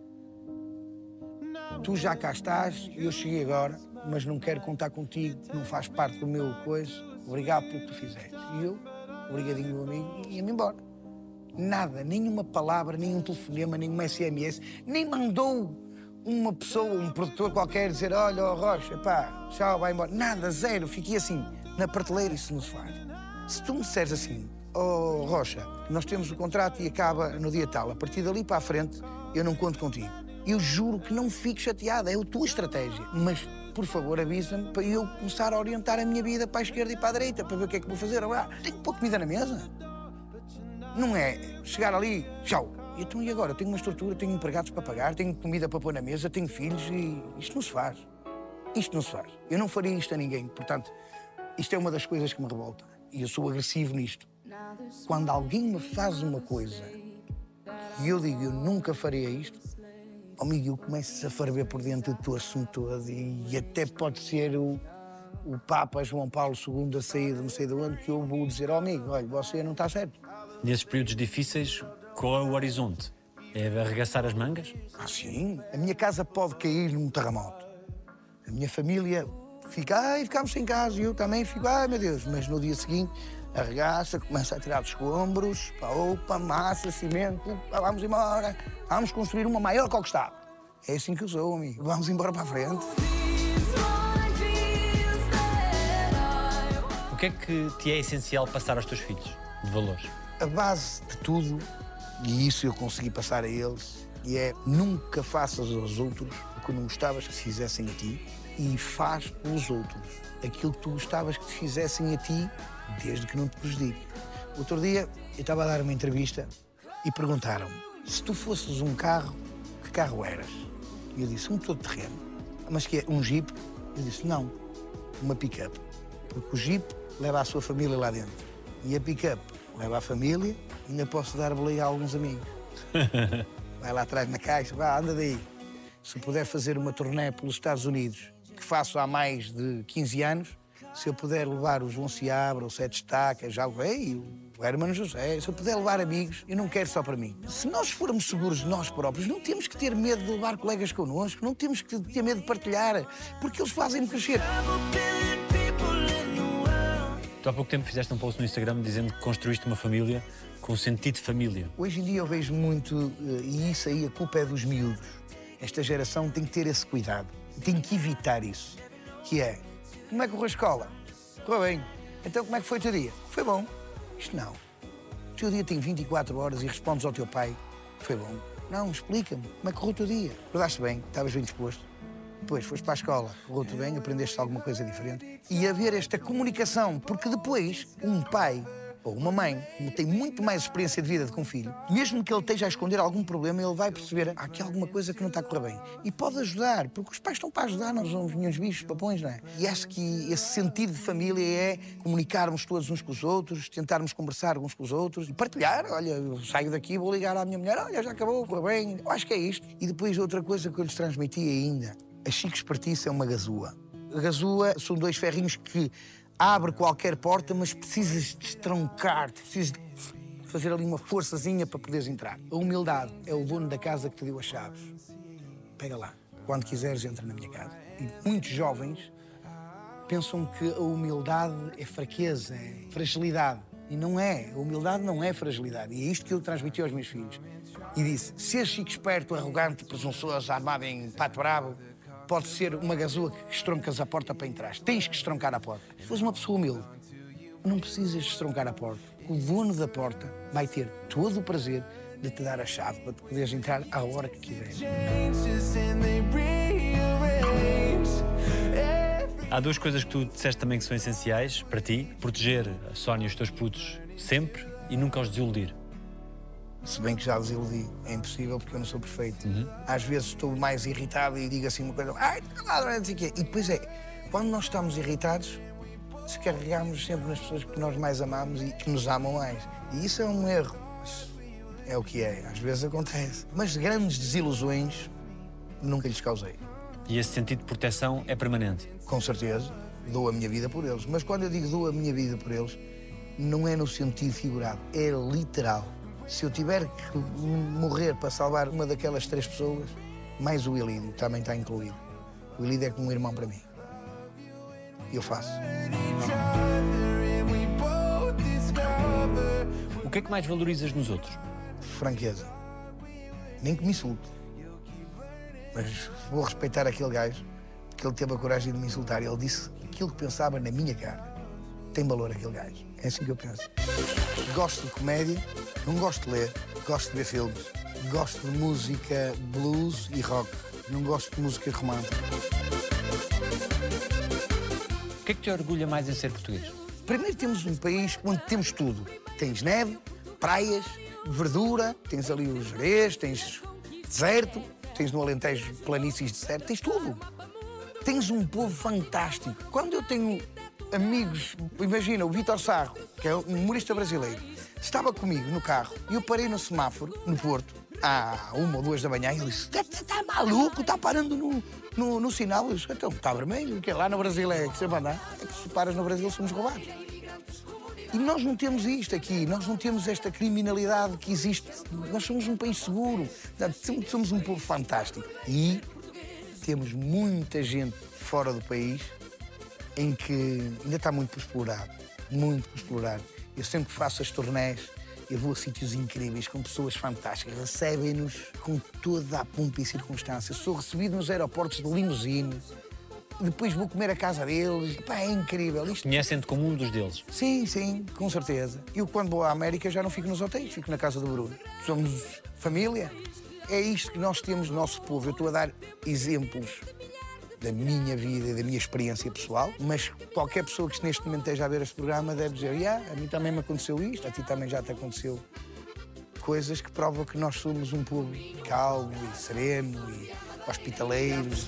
Tu já cá estás, eu cheguei agora, mas não quero contar contigo, não faz parte do meu coisa. Obrigado pelo que tu fizeste. E eu, obrigadinho, meu amigo, e ia-me embora. Nada, nenhuma palavra, nenhum telefonema, nenhum S M S, nem mandou uma pessoa, um produtor qualquer, dizer, olha, oh, Rocha, pá, tchau, vai embora. Nada, zero. Fiquei assim, na prateleira, isso não se faz. Se tu me disseres assim, oh, Rocha, nós temos o contrato e acaba no dia tal, a partir dali para a frente, eu não conto contigo. Eu juro que não fico chateada, é a tua estratégia. Mas, por favor, avisa-me para eu começar a orientar a minha vida para a esquerda e para a direita, para ver o que é que vou fazer. Ah, tenho que pôr comida na mesa. Não é chegar ali, tchau. Então, e agora? Eu tenho uma estrutura, tenho empregados para pagar, tenho comida para pôr na mesa, tenho filhos e isto não se faz. Isto não se faz. Eu não faria isto a ninguém. Portanto, isto é uma das coisas que me revolta. E eu sou agressivo nisto. Quando alguém me faz uma coisa e eu digo, eu nunca faria isto, amigo, eu começo a ferver por dentro do assunto todo e, e até pode ser o, o Papa João Paulo segundo a sair de não sei de onde que eu vou dizer, oh, amigo, olha, você não está certo. Nesses períodos difíceis, qual é o horizonte? É arregaçar as mangas? Ah, sim. A minha casa pode cair num terremoto. A minha família fica, ai, ficámos sem casa. E eu também fico, ai, meu Deus. Mas no dia seguinte, arregaça, começa a tirar dos escombros, pá, opa, massa, cimento, pá, vamos embora. Vamos construir uma maior que o que está. É assim que eu sou, amigo. Vamos embora para a frente. O que é que te é essencial passar aos teus filhos, de valores? A base de tudo, e isso eu consegui passar a eles, e é nunca faças aos outros o que não gostavas que fizessem a ti e faz pelos outros aquilo que tu gostavas que te fizessem a ti desde que não te prejudique. Outro dia, eu estava a dar uma entrevista e perguntaram-me, se tu fosses um carro, que carro eras? E eu disse, um todo-terreno. Mas que é um Jeep? Eu disse, não, uma pick-up. Porque o Jeep leva a sua família lá dentro. E a pick-up leva a família e ainda posso dar boleia a alguns amigos. Vai lá atrás na caixa, vá, anda daí. Se puder fazer uma turnê pelos Estados Unidos, que faço há mais de quinze anos, se eu puder levar o João Seabra, o Sete Estacas, já levei, o Hermano José, se eu puder levar amigos, eu não quero só para mim. Se nós formos seguros de nós próprios, não temos que ter medo de levar colegas connosco, não temos que ter medo de partilhar, porque eles fazem-me crescer. Tu há pouco tempo fizeste um post no Instagram dizendo que construíste uma família com sentido de família. Hoje em dia eu vejo muito, e isso aí a culpa é dos miúdos. Esta geração tem que ter esse cuidado, tem que evitar isso, que é, como é que correu a escola? Correu bem. Então como é que foi o teu dia? Foi bom. Isto não. O teu dia tem vinte e quatro horas e respondes ao teu pai, foi bom. Não, explica-me, como é que correu o teu dia? Acordaste bem, estavas bem disposto. Depois foste para a escola, correu-te bem, aprendeste alguma coisa diferente. E haver esta comunicação, porque depois um pai ou uma mãe tem muito mais experiência de vida do que um filho, mesmo que ele esteja a esconder algum problema, ele vai perceber há aqui alguma coisa que não está a correr bem. E pode ajudar, porque os pais estão para ajudar, nós somos nenhum bichos, papões, não é? E acho que esse sentido de família é comunicarmos todos uns com os outros, tentarmos conversar uns com os outros e partilhar. Olha, eu saio daqui, vou ligar à minha mulher, olha, já acabou, correu bem. Eu acho que é isto. E depois outra coisa que eu lhes transmiti ainda, a Chico Espartiça é uma gazua. A gazua são dois ferrinhos que abre qualquer porta, mas precisas de estroncar, precisas de fazer ali uma forçazinha para poderes entrar. A humildade é o dono da casa que te deu as chaves. Pega lá, quando quiseres entra na minha casa. E muitos jovens pensam que a humildade é fraqueza, é fragilidade. E não é, a humildade não é fragilidade. E é isto que eu transmiti aos meus filhos. E disse, ser chico esperto, arrogante, presunçoso, armado em pato bravo, pode ser uma gazua que estroncas a porta para entrar. Tens que estroncar a porta. Se fores uma pessoa humilde, não precisas estroncar a porta. O dono da porta vai ter todo o prazer de te dar a chave para tu poderes entrar à hora que quiseres. Há duas coisas que tu disseste também que são essenciais para ti. Proteger a Sónia e os teus putos sempre e nunca os desiludir. Se bem que já desiludi, é impossível porque eu não sou perfeito. Uhum. Às vezes estou mais irritado e digo assim uma coisa, ai, não sei o quê. E depois é, quando nós estamos irritados, descarregamos sempre nas pessoas que nós mais amamos e que nos amam mais. E isso é um erro. É o que é, às vezes acontece. Mas grandes desilusões nunca lhes causei. E esse sentido de proteção é permanente? Com certeza, dou a minha vida por eles. Mas quando eu digo dou a minha vida por eles, não é no sentido figurado, é literal. Se eu tiver que morrer para salvar uma daquelas três pessoas, mais o Ilídio também está incluído. O Ilídio é como um irmão para mim. E eu faço. O que é que mais valorizas nos outros? Franqueza. Nem que me insulte. Mas vou respeitar aquele gajo, que ele teve a coragem de me insultar. Ele disse aquilo que pensava na minha cara. Tem valor aquele gajo. É assim que eu penso. Gosto de comédia, não gosto de ler, gosto de ver filmes. Gosto de música blues e rock. Não gosto de música romântica. O que é que te orgulha mais em ser português? Primeiro temos um país onde temos tudo. Tens neve, praias, verdura, tens ali os Jerez, tens deserto, tens no Alentejo planícies de deserto, tens tudo. Tens um povo fantástico. Quando eu tenho amigos, imagina o Vítor Sarro, que é um humorista brasileiro, estava comigo no carro e eu parei no semáforo, no Porto, à uma ou duas da manhã, e ele disse, está maluco, está parando no, no, no sinal. Eu disse, então, está vermelho, que lá no Brasil é que sempre andar. É que se paras no Brasil somos roubados. E nós não temos isto aqui, nós não temos esta criminalidade que existe. Nós somos um país seguro, somos um povo fantástico. E temos muita gente fora do país em que ainda está muito por explorar, muito por explorar. Eu sempre que faço as turnés, eu vou a sítios incríveis, com pessoas fantásticas, recebem-nos com toda a pompa e circunstância. Sou recebido nos aeroportos de limusine, depois vou comer a casa deles. Pá, é incrível. Isto... Conhecem-te como um dos deles? Sim, sim, com certeza. Eu, quando vou à América, já não fico nos hotéis, fico na casa do Bruno. Somos família. É isto que nós temos no nosso povo. Eu estou a dar exemplos da minha vida e da minha experiência pessoal, mas qualquer pessoa que neste momento esteja a ver este programa deve dizer yeah, a mim também me aconteceu isto, a ti também já te aconteceu. Coisas que provam que nós somos um povo calmo e sereno e hospitaleiros.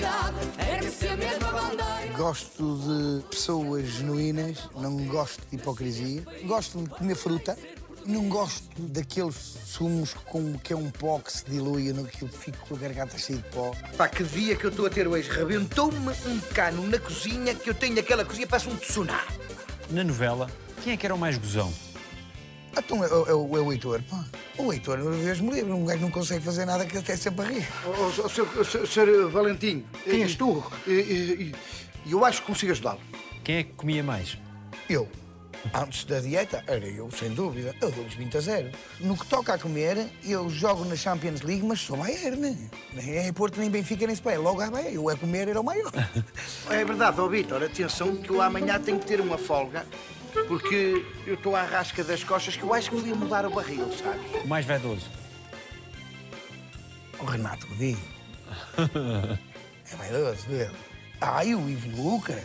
Gosto de pessoas genuínas, não gosto de hipocrisia. Gosto de comer fruta. Não gosto daqueles sumos com que é um pó que se dilui, no que eu fico com a garganta cheia de pó. Pá, que dia que eu estou a ter hoje. Rebentou-me um cano na cozinha, que eu tenho aquela cozinha, parece um tsunami. Na novela, quem é que era o mais gozão? Então é, é, é o Heitor, pá. O Heitor, eu vejo-me livre, um gajo não consegue fazer nada que até sempre a rir. Oh, oh, senhor, senhor, senhor Valentim, quem és tu? E, e, e eu acho que consigo ajudá-lo. Quem é que comia mais? Eu. Antes da dieta, era eu, sem dúvida. Eu dou-lhes vinte a zero. No que toca a comer, eu jogo na Champions League, mas sou Bayern. Nem é Porto, nem Benfica, nem Espanha. Logo a Bayern. Eu a comer era o maior. É verdade, ó Vítor, atenção que eu amanhã tenho que ter uma folga, porque eu estou à rasca das costas que eu acho que fui a mudar o barril, sabes? O mais vaidoso? O Renato Godinho. É vaidoso, ele. Ah, e o Ivo Lucas.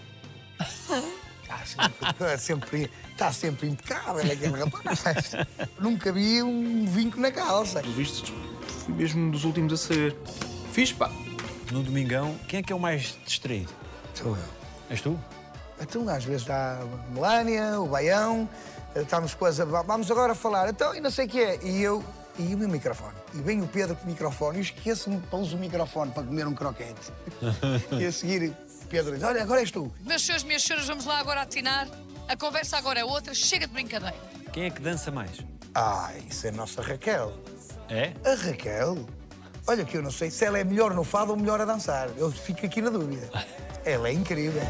Está sempre, sempre, está sempre impecável aquele rapaz. Nunca vi um vinco na calça. Pelo visto, fui mesmo um dos últimos a sair. Fiz, pá. No Domingão, quem é que é o mais distraído? Sou eu. És tu? Então, às vezes está a Melânia, o Baião, estamos quase a... Vamos agora falar, então, e não sei o que é. E eu, e o meu microfone. E vem o Pedro com o microfone, e esqueço-me, pouso o microfone para comer um croquete. E a seguir, Pedro diz, olha, agora és tu. Meus senhores, minhas senhoras, vamos lá agora atinar. A conversa agora é outra, chega de brincadeira. Quem é que dança mais? Ah, isso é a nossa Raquel. É? A Raquel? Olha que eu não sei se ela é melhor no fado ou melhor a dançar. Eu fico aqui na dúvida. Ela é incrível.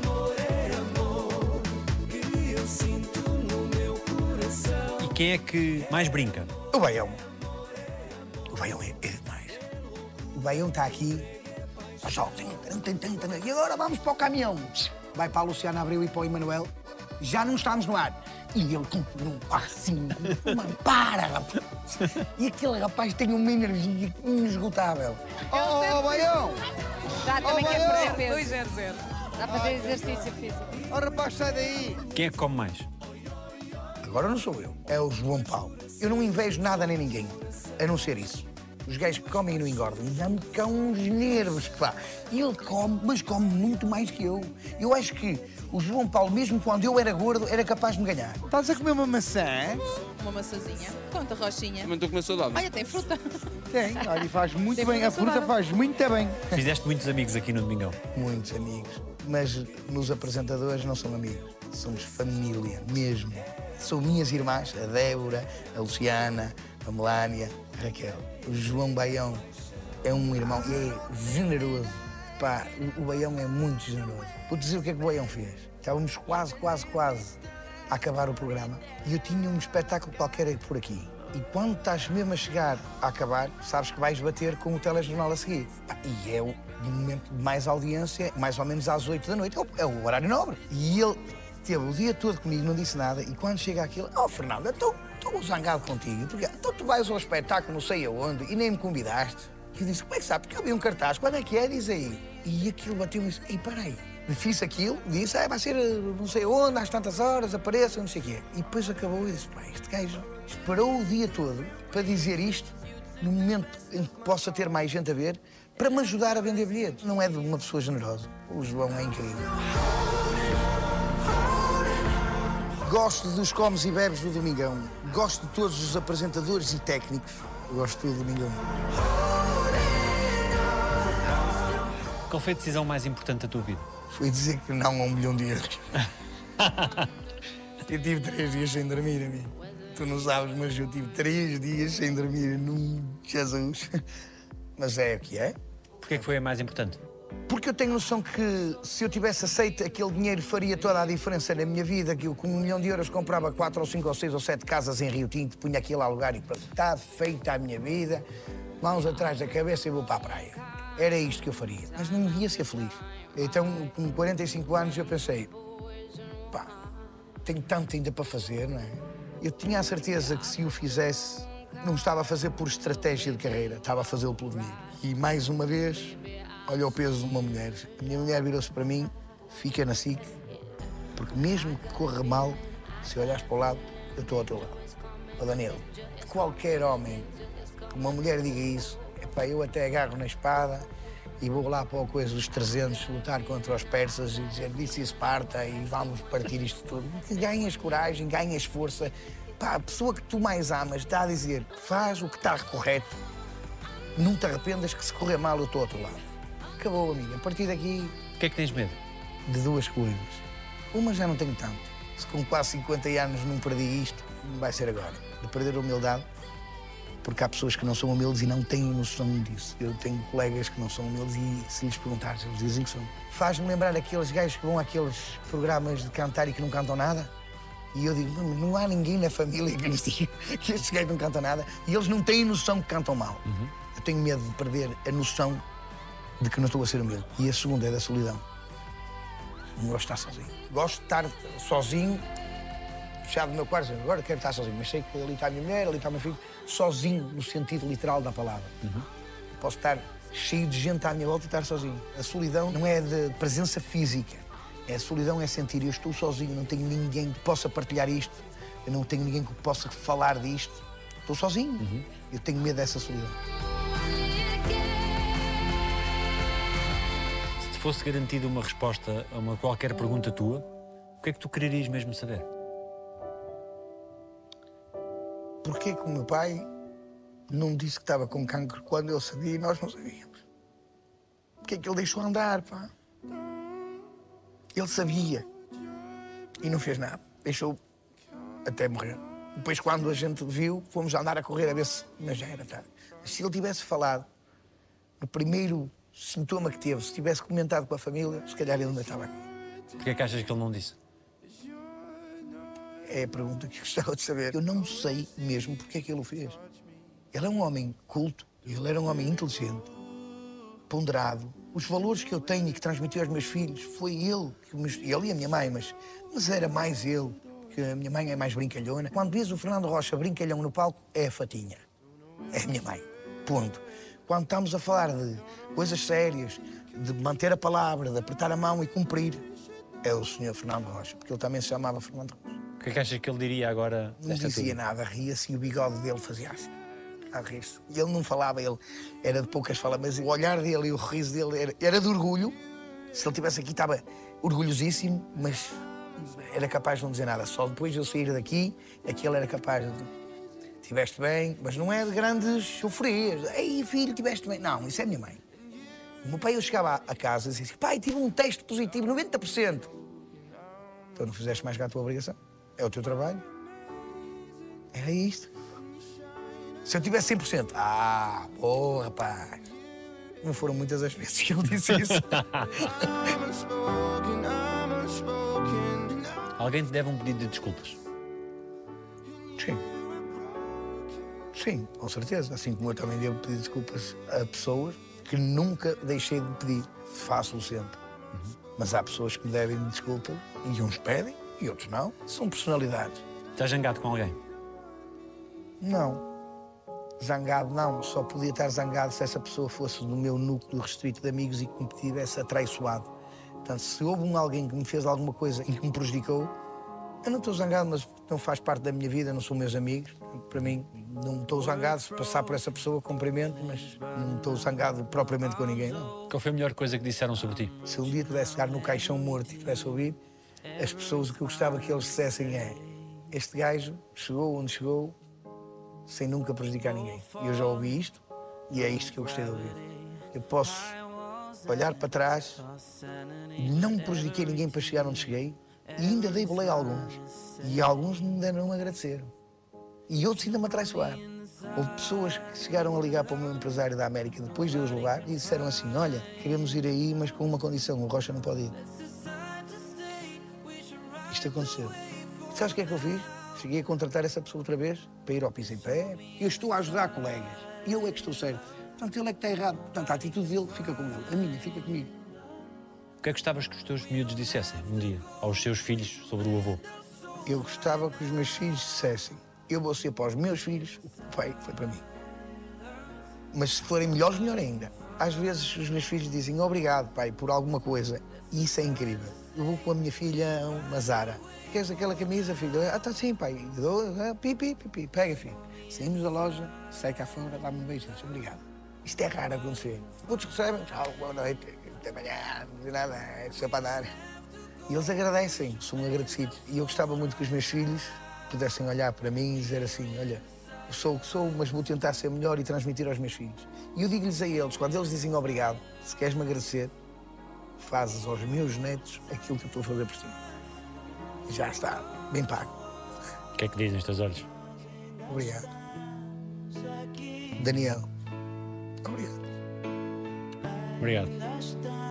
E quem é que mais brinca? O Baião. O Baião é, é demais. O Baião está aqui. Pessoal, e agora vamos para o caminhão. Vai para a Luciana Abreu e para o Emanuel. Já não estamos no ar. E ele continua assim, uma para, rapaz. E aquele rapaz tem uma energia inesgotável. Oh, oh Baião! Dá também Oh, que é Baião! perder peso. dois zero zero. Dá para fazer exercício físico. Oh, rapaz, sai daí! Quem é que come mais? Agora não sou eu, é o João Paulo. Eu não invejo nada nem ninguém, a não ser isso. Os gajos que comem e não engordam, dá-me cá uns nervos, pá. Ele come, mas come muito mais que eu. Eu acho que o João Paulo, mesmo quando eu era gordo, era capaz de me ganhar. Estás a comer uma maçã? Uma maçãzinha. Conta, Rochinha. Também estou com uma saudade. Olha, tem fruta. Tem, olha, e faz muito Tem bem. A fruta fruta saudável. faz muito bem. Fizeste muitos amigos aqui no Domingão. Muitos amigos. Mas nos apresentadores não são amigos, somos família mesmo. São minhas irmãs, a Débora, a Luciana, a Melânia, a Raquel. O João Baião é um irmão e é generoso. Pá, o- o Baião é muito generoso. Vou dizer o que é que o Baião fez. Estávamos quase, quase, quase a acabar o programa e eu tinha um espetáculo qualquer por aqui. E quando estás mesmo a chegar a acabar, sabes que vais bater com o telejornal a seguir. Pá, e é o momento de mais audiência, mais ou menos às oito da noite. É o, é o horário nobre. E ele teve o dia todo comigo, não disse nada. E quando chega aquilo, oh Fernando, estou zangado contigo. Porque, então tu vais ao espetáculo não sei aonde e nem me convidaste. E eu disse, como é que sabe? Porque eu vi um cartaz, quando é que é? Diz aí. E aquilo bateu-me e disse, ei, peraí. Fiz aquilo, disse, ah, vai ser não sei onde, às tantas horas, apareça, não sei o quê. E depois acabou e disse, pá, este gajo esperou o dia todo para dizer isto, no momento em que possa ter mais gente a ver, para me ajudar a vender bilhetes. Não é de uma pessoa generosa. O João é incrível. Gosto dos comes e bebes do Domingão. Gosto de todos os apresentadores e técnicos. Gosto do Domingão. Qual foi a decisão mais importante da tua vida? Foi dizer que não a um milhão de euros. Eu tive três dias sem dormir, amigo. Tu não sabes, mas eu tive três dias sem dormir. Num Jesus. Mas é o que é. Porquê é que foi a mais importante? Porque eu tenho noção que se eu tivesse aceito aquele dinheiro faria toda a diferença na minha vida, que eu com um milhão de euros comprava quatro ou cinco ou seis ou sete casas em Rio Tinto, punha aquilo a alugar e pronto, está feita a minha vida, mãos atrás da cabeça e vou para a praia. Era isto que eu faria, mas não ia ser feliz. Então, com quarenta e cinco anos, eu pensei, pá, tenho tanto ainda para fazer, não é? Eu tinha a certeza que se o fizesse, não estava a fazer por estratégia de carreira, estava a fazê-lo pelo dinheiro. E mais uma vez, olha o peso de uma mulher. A minha mulher virou-se para mim, fica na S I C, porque mesmo que corra mal, se olhares para o lado, eu estou ao teu lado. Ó Daniel, qualquer homem que uma mulher diga isso, epá, eu até agarro na espada e vou lá para a coisa dos trezentos lutar contra os persas e dizer disse Esparta e vamos partir isto tudo. Que ganhas coragem, ganhas força. Pá, a pessoa que tu mais amas está a dizer faz o que está correto, não te arrependas que se correr mal eu estou ao teu lado. Acabou, amiga. A partir daqui... O que é que tens medo? De duas coisas. Uma já não tenho tanto. Se com quase cinquenta anos não perdi isto, não vai ser agora. De perder a humildade, porque há pessoas que não são humildes e não têm noção disso. Eu tenho colegas que não são humildes e, se lhes perguntares, eles dizem que são. Faz-me lembrar aqueles gajos que vão àqueles programas de cantar e que não cantam nada. E eu digo, não há ninguém na família que lhes diga que estes gajos não cantam nada. E eles não têm noção que cantam mal. Uhum. Eu tenho medo de perder a noção de que não estou a ser humilde. E a segunda é da solidão. Não gosto de estar sozinho. Gosto de estar sozinho, fechado no meu quarto, agora quero estar sozinho, mas sei que ali está a minha mulher, ali está o meu filho, sozinho no sentido literal da palavra. Uhum. Posso estar cheio de gente à minha volta e estar sozinho. A solidão não é de presença física, a solidão é sentir, eu estou sozinho, não tenho ninguém que possa partilhar isto, eu não tenho ninguém que possa falar disto, estou sozinho. Uhum. Eu tenho medo dessa solidão. Se fosse garantida uma resposta a uma qualquer pergunta tua, o que é que tu quererias mesmo saber? Porquê que o meu pai não disse que estava com cancro quando ele sabia e nós não sabíamos? Porquê que ele deixou andar, pá? Ele sabia e não fez nada. Deixou até morrer. Depois, quando a gente viu, fomos andar a correr a ver se... Mas já era tarde. Mas se ele tivesse falado no primeiro sintoma que teve, se tivesse comentado com a família, se calhar ele ainda estava aqui. Porquê é que achas que ele não disse? É a pergunta que eu gostava de saber. Eu não sei mesmo porque é que ele o fez. Ele é um homem culto, ele era um homem inteligente, ponderado. Os valores que eu tenho e que transmitiu aos meus filhos, foi ele, que me... ele e a minha mãe, mas, mas era mais ele, que a minha mãe é mais brincalhona. Quando vês o Fernando Rocha brincalhão no palco, é a Fatinha. É a minha mãe. Ponto. Quando estamos a falar de coisas sérias, de manter a palavra, de apertar a mão e cumprir, é o senhor Fernando Rocha, porque ele também se chamava Fernando Rocha. O que é que achas que ele diria agora? Não dizia tudo? Nada, ria-se e o bigode dele fazia assim, a rir-se. E ele não falava, ele era de poucas falas, mas o olhar dele e o riso dele era, era de orgulho. Se ele estivesse aqui, estava orgulhosíssimo, mas era capaz de não dizer nada. Só depois de eu sair daqui, é que ele era capaz de... Estiveste bem, mas não é de grandes sofrias. Ei, filho, estiveste bem. Não, isso é a minha mãe. O meu pai, eu chegava a casa e dizia, pai, tive um teste positivo, noventa por cento. Então não fizeste mais que a tua obrigação. É o teu trabalho. Era isto. Se eu tivesse cem por cento, ah, boa, rapaz. Não foram muitas as vezes que ele disse isso. Alguém te deve um pedido de desculpas? Sim. Sim, com certeza. Assim como eu também devo pedir desculpas a pessoas que nunca deixei de pedir. Faço-o sempre. Uhum. Mas há pessoas que me devem desculpa e uns pedem e outros não. São personalidades. Estás zangado com alguém? Não. Zangado não. Só podia estar zangado se essa pessoa fosse do meu núcleo restrito de amigos e que me tivesse atraiçoado. Portanto, se houve um alguém que me fez alguma coisa e que me prejudicou, eu não estou zangado, mas não faz parte da minha vida, não são meus amigos. Para mim, não estou zangado. Se passar por essa pessoa, cumprimento, mas não estou zangado propriamente com ninguém, não. Qual foi a melhor coisa que disseram sobre ti? Se um dia pudesse ficar no caixão morto e pudesse ouvir, as pessoas, o que eu gostava que eles dissessem é: este gajo chegou onde chegou sem nunca prejudicar ninguém. E eu já ouvi isto e é isto que eu gostei de ouvir. Eu posso olhar para trás, não prejudiquei ninguém para chegar onde cheguei e ainda dei boleia a alguns. E alguns ainda não me agradeceram. E outros ainda me atraiçoaram. Houve pessoas que chegaram a ligar para o meu empresário da América depois de eu os levar e disseram assim: olha, queremos ir aí, mas com uma condição, o Rocha não pode ir. Isto aconteceu. E sabes o que é que eu fiz? Cheguei a contratar essa pessoa outra vez para ir ao piso em pé. Eu estou a ajudar colegas. E eu é que estou certo. Portanto, ele é que está errado. Portanto, a atitude dele fica com ele. A minha fica comigo. O que é que gostavas que os teus miúdos dissessem um dia aos seus filhos sobre o avô? Eu gostava que os meus filhos dissessem: eu vou ser para os meus filhos o que o pai foi para mim. Mas se forem melhores, melhor ainda. Às vezes os meus filhos dizem obrigado, pai, por alguma coisa. E isso é incrível. Eu vou com a minha filha a uma Zara. Queres aquela camisa, filho? Ah, tá sim, pai. Dou, ah, pipi, pipi. Pega, filho. Saímos da loja, sai cá fora, dá-me um beijo. Diz, obrigado. Isto é raro acontecer. Outros recebem, tchau, boa noite, até amanhã, não tem nada, é só para dar. E eles agradecem, são agradecidos. E eu gostava muito que os meus filhos pudessem olhar para mim e dizer assim, olha, eu sou o que sou, mas vou tentar ser melhor e transmitir aos meus filhos. E eu digo-lhes a eles, quando eles dizem obrigado, se queres-me agradecer, fazes aos meus netos aquilo que eu estou a fazer por ti. Já está, bem pago. O que é que dizem os teus olhos? Obrigado. Daniel, obrigado. Obrigado.